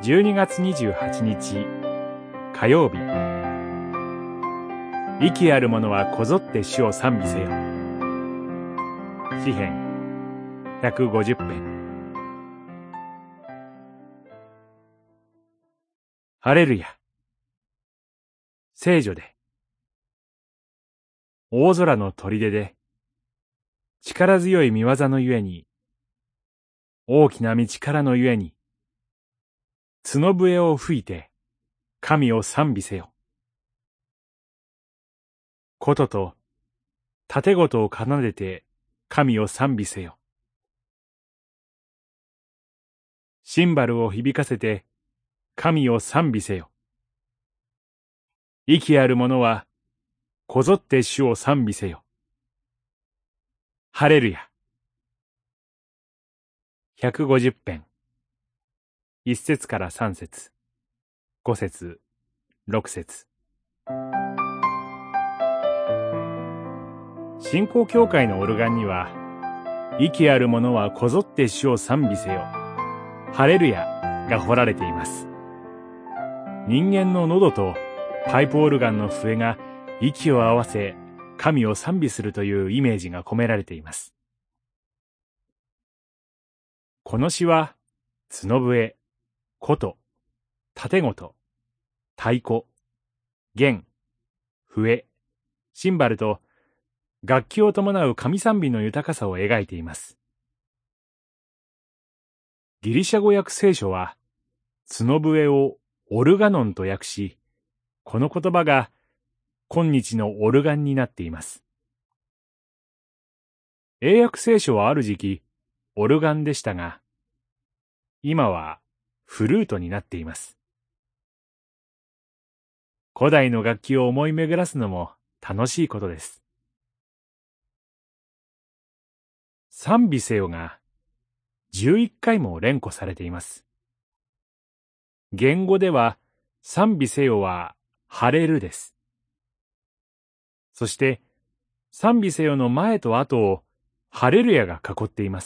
12月28日火曜日。息ある者はこぞって主を賛美せよ。詩編150編。ハレルヤ。聖女で、大空の砦で、力強い御業のゆえに、大きな道からのゆえに、角笛を吹いて、神を賛美せよ。琴と盾琴を奏でて、神を賛美せよ。シンバルを響かせて、神を賛美せよ。息ある者は、こぞって主を賛美せよ。ハレルヤ。150編。1節から3節、5節、6節。新興教会のオルガンには、息ある者はこぞって主を賛美せよ。ハレルヤが彫られています。人間の喉とパイプオルガンの笛が息を合わせ、神を賛美するというイメージが込められています。この詩は、角笛、琴、盾琴、太鼓、弦、笛、シンバルと楽器を伴う神賛美の豊かさを描いています。ギリシャ語訳聖書は、角笛をオルガノンと訳し、この言葉が今日のオルガンになっています。英訳聖書はある時期、オルガンでしたが、今はフルートになっています。古代の楽器を思い巡らすのも楽しいことです。賛美せよが11回も連呼されています。言語では賛美せよはハレルです。そして賛美せよの前と後をハレルヤが囲っています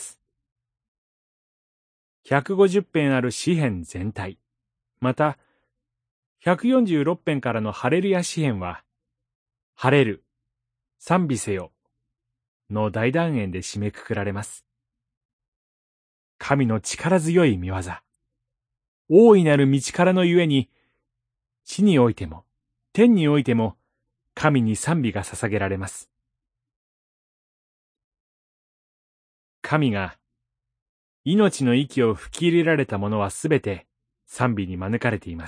。150編ある詩編全体、また146編からのハレルヤ詩編は、ハレル、賛美せよの大団円で締めくくられます。神の力強い御業、大いなる道からのゆえに、地においても、天においても、神に賛美が捧げられます。神が、命の息を吹き入れられたものはすべて賛美に招かれています。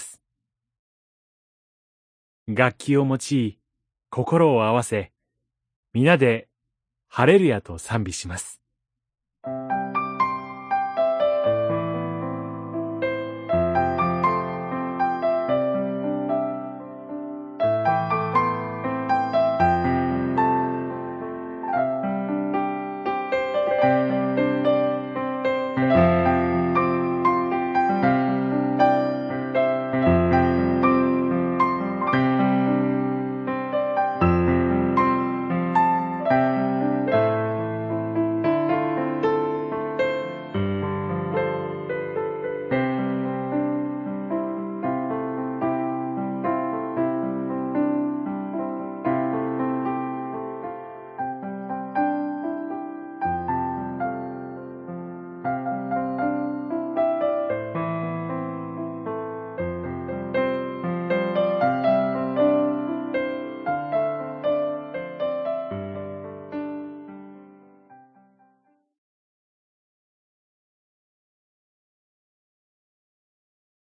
楽器を用い、心を合わせ、皆でハレルヤと賛美します。